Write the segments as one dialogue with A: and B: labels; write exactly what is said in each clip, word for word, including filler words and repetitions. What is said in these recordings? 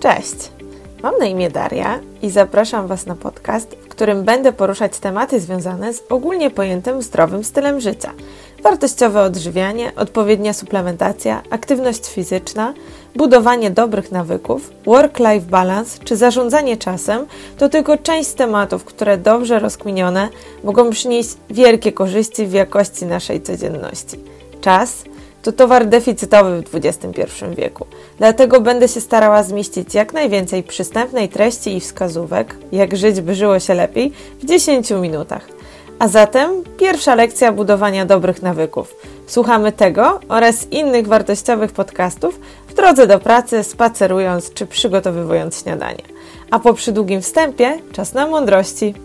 A: Cześć, mam na imię Daria i zapraszam Was na podcast, w którym będę poruszać tematy związane z ogólnie pojętym zdrowym stylem życia. Wartościowe odżywianie, odpowiednia suplementacja, aktywność fizyczna, budowanie dobrych nawyków, work-life balance czy zarządzanie czasem to tylko część z tematów, które dobrze rozkminione mogą przynieść wielkie korzyści w jakości naszej codzienności. Czas to towar deficytowy w dwudziestym pierwszym wieku. Dlatego będę się starała zmieścić jak najwięcej przystępnej treści i wskazówek, jak żyć, by żyło się lepiej, w dziesięciu minutach. A zatem pierwsza lekcja budowania dobrych nawyków. Słuchamy tego oraz innych wartościowych podcastów w drodze do pracy, spacerując czy przygotowywując śniadanie. A po przydługim wstępie czas na mądrości.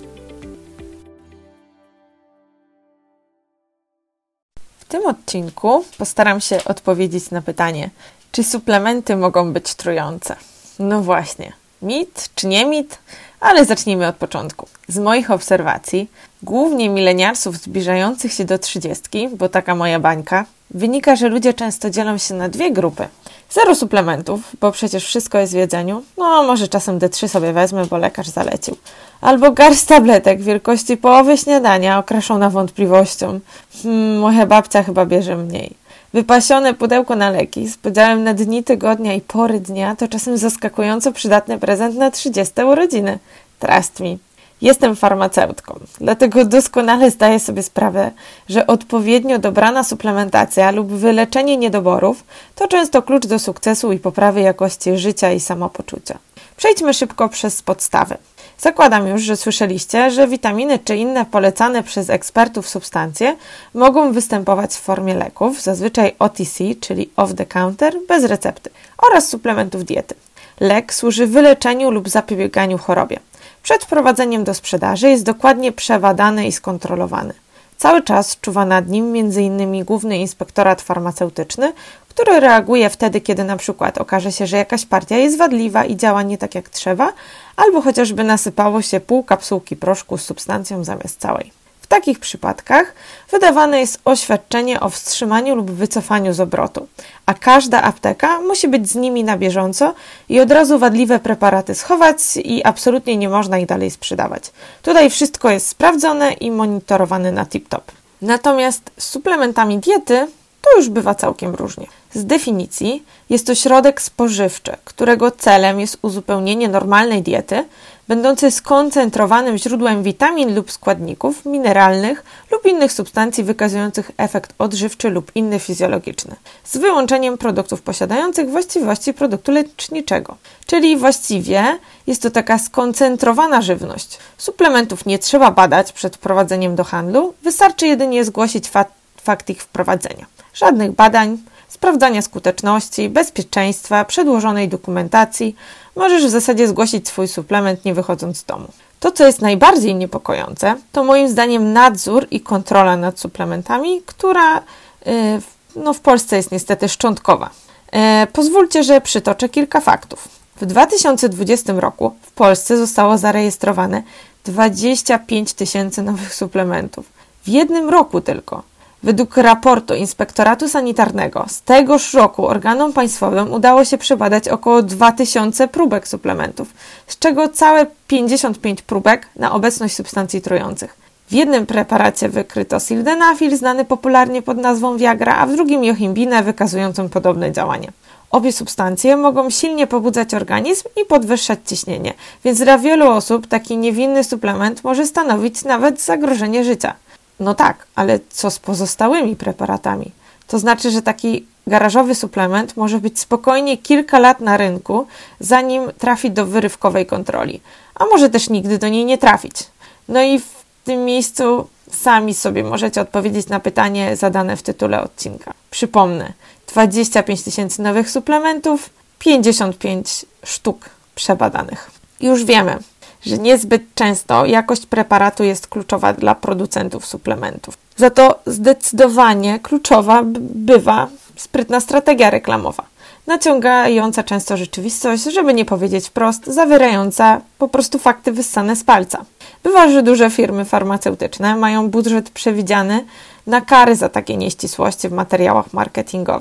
A: W tym odcinku postaram się odpowiedzieć na pytanie, czy suplementy mogą być trujące? No właśnie, mit czy nie mit? Ale zacznijmy od początku. Z moich obserwacji, głównie milenialsów zbliżających się do trzydziestki, bo taka moja bańka, wynika, że ludzie często dzielą się na dwie grupy. Zero suplementów, bo przecież wszystko jest w jedzeniu. No, może czasem D trzy sobie wezmę, bo lekarz zalecił. Albo garść tabletek wielkości połowy śniadania okraszona wątpliwością. Hmm, moja babcia chyba bierze mniej. Wypasione pudełko na leki z podziałem na dni tygodnia i pory dnia to czasem zaskakująco przydatny prezent na trzydzieste urodziny. Trust me. Jestem farmaceutką, dlatego doskonale zdaję sobie sprawę, że odpowiednio dobrana suplementacja lub wyleczenie niedoborów to często klucz do sukcesu i poprawy jakości życia i samopoczucia. Przejdźmy szybko przez podstawy. Zakładam już, że słyszeliście, że witaminy czy inne polecane przez ekspertów substancje mogą występować w formie leków, zazwyczaj O T C, czyli off the counter, bez recepty, oraz suplementów diety. Lek służy wyleczeniu lub zapobieganiu chorobie. Przed wprowadzeniem do sprzedaży jest dokładnie przebadany i skontrolowany. Cały czas czuwa nad nim między innymi Główny Inspektorat Farmaceutyczny, który reaguje wtedy, kiedy na przykład okaże się, że jakaś partia jest wadliwa i działa nie tak jak trzeba, albo chociażby nasypało się pół kapsułki proszku z substancją zamiast całej. W takich przypadkach wydawane jest oświadczenie o wstrzymaniu lub wycofaniu z obrotu, a każda apteka musi być z nimi na bieżąco i od razu wadliwe preparaty schować i absolutnie nie można ich dalej sprzedawać. Tutaj wszystko jest sprawdzone i monitorowane na tip-top. Natomiast z suplementami diety to już bywa całkiem różnie. Z definicji jest to środek spożywczy, którego celem jest uzupełnienie normalnej diety, będący skoncentrowanym źródłem witamin lub składników mineralnych lub innych substancji wykazujących efekt odżywczy lub inny fizjologiczny, z wyłączeniem produktów posiadających właściwości produktu leczniczego. Czyli właściwie jest to taka skoncentrowana żywność. Suplementów nie trzeba badać przed wprowadzeniem do handlu, wystarczy jedynie zgłosić fakt, fakt ich wprowadzenia. Żadnych badań, sprawdzania skuteczności, bezpieczeństwa, przedłożonej dokumentacji. Możesz w zasadzie zgłosić swój suplement nie wychodząc z domu. To, co jest najbardziej niepokojące, to moim zdaniem nadzór i kontrola nad suplementami, która yy, no, w Polsce jest niestety szczątkowa. Yy, pozwólcie, że przytoczę kilka faktów. W dwa tysiące dwudziestym roku w Polsce zostało zarejestrowane dwadzieścia pięć tysięcy nowych suplementów. W jednym roku tylko. Według raportu Inspektoratu Sanitarnego z tegoż roku organom państwowym udało się przebadać około dwa tysiące próbek suplementów, z czego całe pięćdziesiąt pięć próbek na obecność substancji trujących. W jednym preparacie wykryto sildenafil, znany popularnie pod nazwą Viagra, a w drugim jochimbinę wykazującą podobne działanie. Obie substancje mogą silnie pobudzać organizm i podwyższać ciśnienie, więc dla wielu osób taki niewinny suplement może stanowić nawet zagrożenie życia. No tak, ale co z pozostałymi preparatami? To znaczy, że taki garażowy suplement może być spokojnie kilka lat na rynku, zanim trafi do wyrywkowej kontroli, a może też nigdy do niej nie trafić. No i w tym miejscu sami sobie możecie odpowiedzieć na pytanie zadane w tytule odcinka. Przypomnę, dwadzieścia pięć tysięcy nowych suplementów, pięćdziesiąt pięć sztuk przebadanych. Już wiemy, że niezbyt często jakość preparatu jest kluczowa dla producentów suplementów. Za to zdecydowanie kluczowa bywa sprytna strategia reklamowa, naciągająca często rzeczywistość, żeby nie powiedzieć wprost, zawierająca po prostu fakty wyssane z palca. Bywa, że duże firmy farmaceutyczne mają budżet przewidziany na kary za takie nieścisłości w materiałach marketingowych.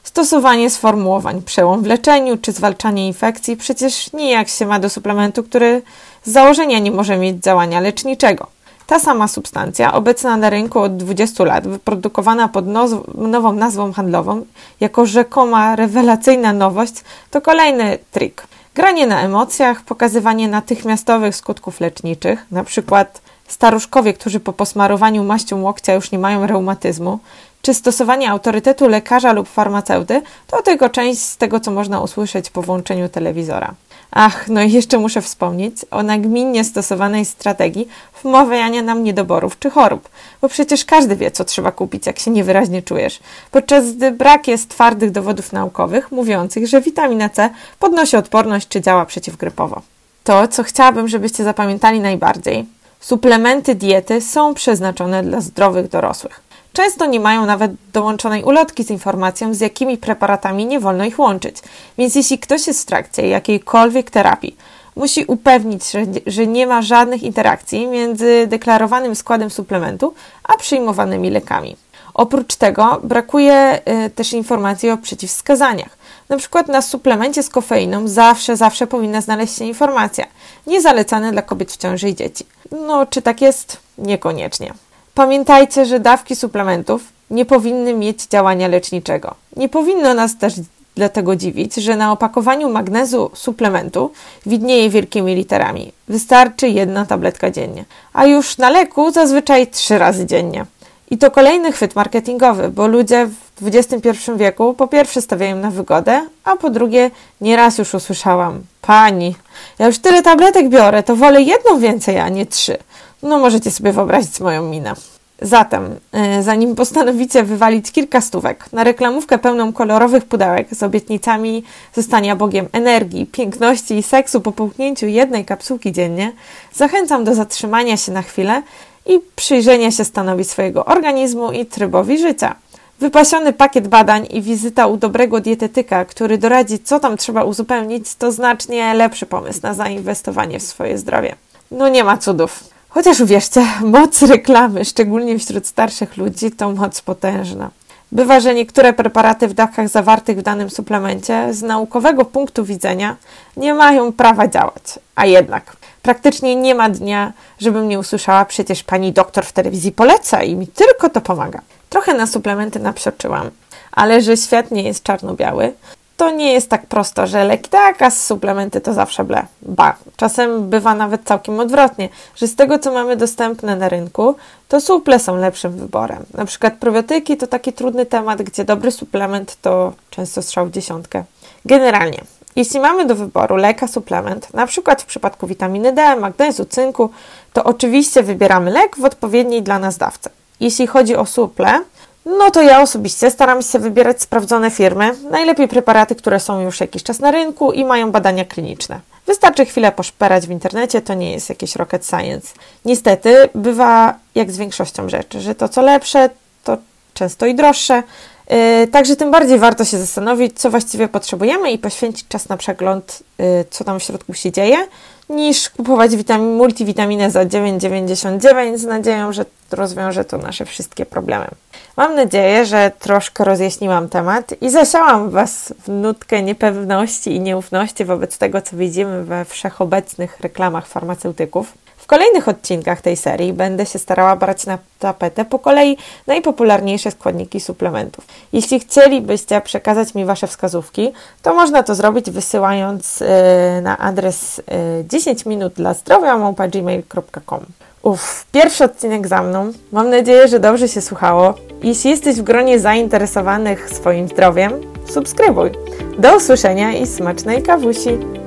A: Stosowanie sformułowań przełom w leczeniu czy zwalczanie infekcji przecież nijak się ma do suplementu, który z założenia nie może mieć działania leczniczego. Ta sama substancja, obecna na rynku od dwudziestu lat, wyprodukowana pod nową nazwą handlową, jako rzekoma rewelacyjna nowość, to kolejny trik. Granie na emocjach, pokazywanie natychmiastowych skutków leczniczych, na przykład staruszkowie, którzy po posmarowaniu maścią łokcia już nie mają reumatyzmu, czy stosowanie autorytetu lekarza lub farmaceuty, to tylko część z tego, co można usłyszeć po włączeniu telewizora. Ach, no i jeszcze muszę wspomnieć o nagminnie stosowanej strategii wmawiania nam niedoborów czy chorób, bo przecież każdy wie, co trzeba kupić, jak się niewyraźnie czujesz, podczas gdy brak jest twardych dowodów naukowych mówiących, że witamina C podnosi odporność czy działa przeciwgrypowo. To, co chciałabym, żebyście zapamiętali najbardziej, suplementy diety są przeznaczone dla zdrowych dorosłych. Często nie mają nawet dołączonej ulotki z informacją, z jakimi preparatami nie wolno ich łączyć. Więc jeśli ktoś jest w trakcie jakiejkolwiek terapii, musi upewnić, że, że nie ma żadnych interakcji między deklarowanym składem suplementu a przyjmowanymi lekami. Oprócz tego brakuje y, też informacji o przeciwwskazaniach. Na przykład na suplemencie z kofeiną zawsze, zawsze powinna znaleźć się informacja. Niezalecane dla kobiet w ciąży i dzieci. No, czy tak jest? Niekoniecznie. Pamiętajcie, że dawki suplementów nie powinny mieć działania leczniczego. Nie powinno nas też dlatego dziwić, że na opakowaniu magnezu suplementu widnieje wielkimi literami. Wystarczy jedna tabletka dziennie, a już na leku zazwyczaj trzy razy dziennie. I to kolejny chwyt marketingowy, bo ludzie w dwudziestym pierwszym wieku po pierwsze stawiają na wygodę, a po drugie nieraz już usłyszałam: pani, ja już tyle tabletek biorę, to wolę jedną więcej, a nie trzy. No możecie sobie wyobrazić moją minę. Zatem, yy, zanim postanowicie wywalić kilka stówek na reklamówkę pełną kolorowych pudełek z obietnicami zostania Bogiem energii, piękności i seksu po połknięciu jednej kapsułki dziennie, zachęcam do zatrzymania się na chwilę i przyjrzenia się stanowi swojego organizmu i trybowi życia. Wypasiony pakiet badań i wizyta u dobrego dietetyka, który doradzi, co tam trzeba uzupełnić, to znacznie lepszy pomysł na zainwestowanie w swoje zdrowie. No nie ma cudów. Chociaż uwierzcie, moc reklamy, szczególnie wśród starszych ludzi, to moc potężna. Bywa, że niektóre preparaty w dawkach zawartych w danym suplemencie z naukowego punktu widzenia nie mają prawa działać. A jednak praktycznie nie ma dnia, żebym nie usłyszała: przecież pani doktor w telewizji poleca i mi tylko to pomaga. Trochę na suplementy napsioczyłam, ale że świat nie jest czarno-biały, to nie jest tak prosto, że leki tak, a suplementy to zawsze ble. Ba, czasem bywa nawet całkiem odwrotnie, że z tego, co mamy dostępne na rynku, to suple są lepszym wyborem. Na przykład probiotyki to taki trudny temat, gdzie dobry suplement to często strzał w dziesiątkę. Generalnie, jeśli mamy do wyboru lek a suplement, na przykład w przypadku witaminy D, magnezu, cynku, to oczywiście wybieramy lek w odpowiedniej dla nas dawce. Jeśli chodzi o suple, no to ja osobiście staram się wybierać sprawdzone firmy, najlepiej preparaty, które są już jakiś czas na rynku i mają badania kliniczne. Wystarczy chwilę poszperać w internecie, to nie jest jakieś rocket science. Niestety bywa jak z większością rzeczy, że to co lepsze, to często i droższe, yy, także tym bardziej warto się zastanowić, co właściwie potrzebujemy i poświęcić czas na przegląd, yy, co tam w środku się dzieje, niż kupować witamin, multivitaminę za dziewięć dziewięćdziesiąt dziewięć z nadzieją, że rozwiąże to nasze wszystkie problemy. Mam nadzieję, że troszkę rozjaśniłam temat i zasiałam Was w nutkę niepewności i nieufności wobec tego, co widzimy we wszechobecnych reklamach farmaceutyków. W kolejnych odcinkach tej serii będę się starała brać na tapetę po kolei najpopularniejsze składniki suplementów. Jeśli chcielibyście przekazać mi Wasze wskazówki, to można to zrobić wysyłając yy, na adres yy, dziesięć minut dla zdrowia małpa gmail kropka com. Uff, pierwszy odcinek za mną. Mam nadzieję, że dobrze się słuchało. Jeśli jesteś w gronie zainteresowanych swoim zdrowiem, subskrybuj. Do usłyszenia i smacznej kawusi!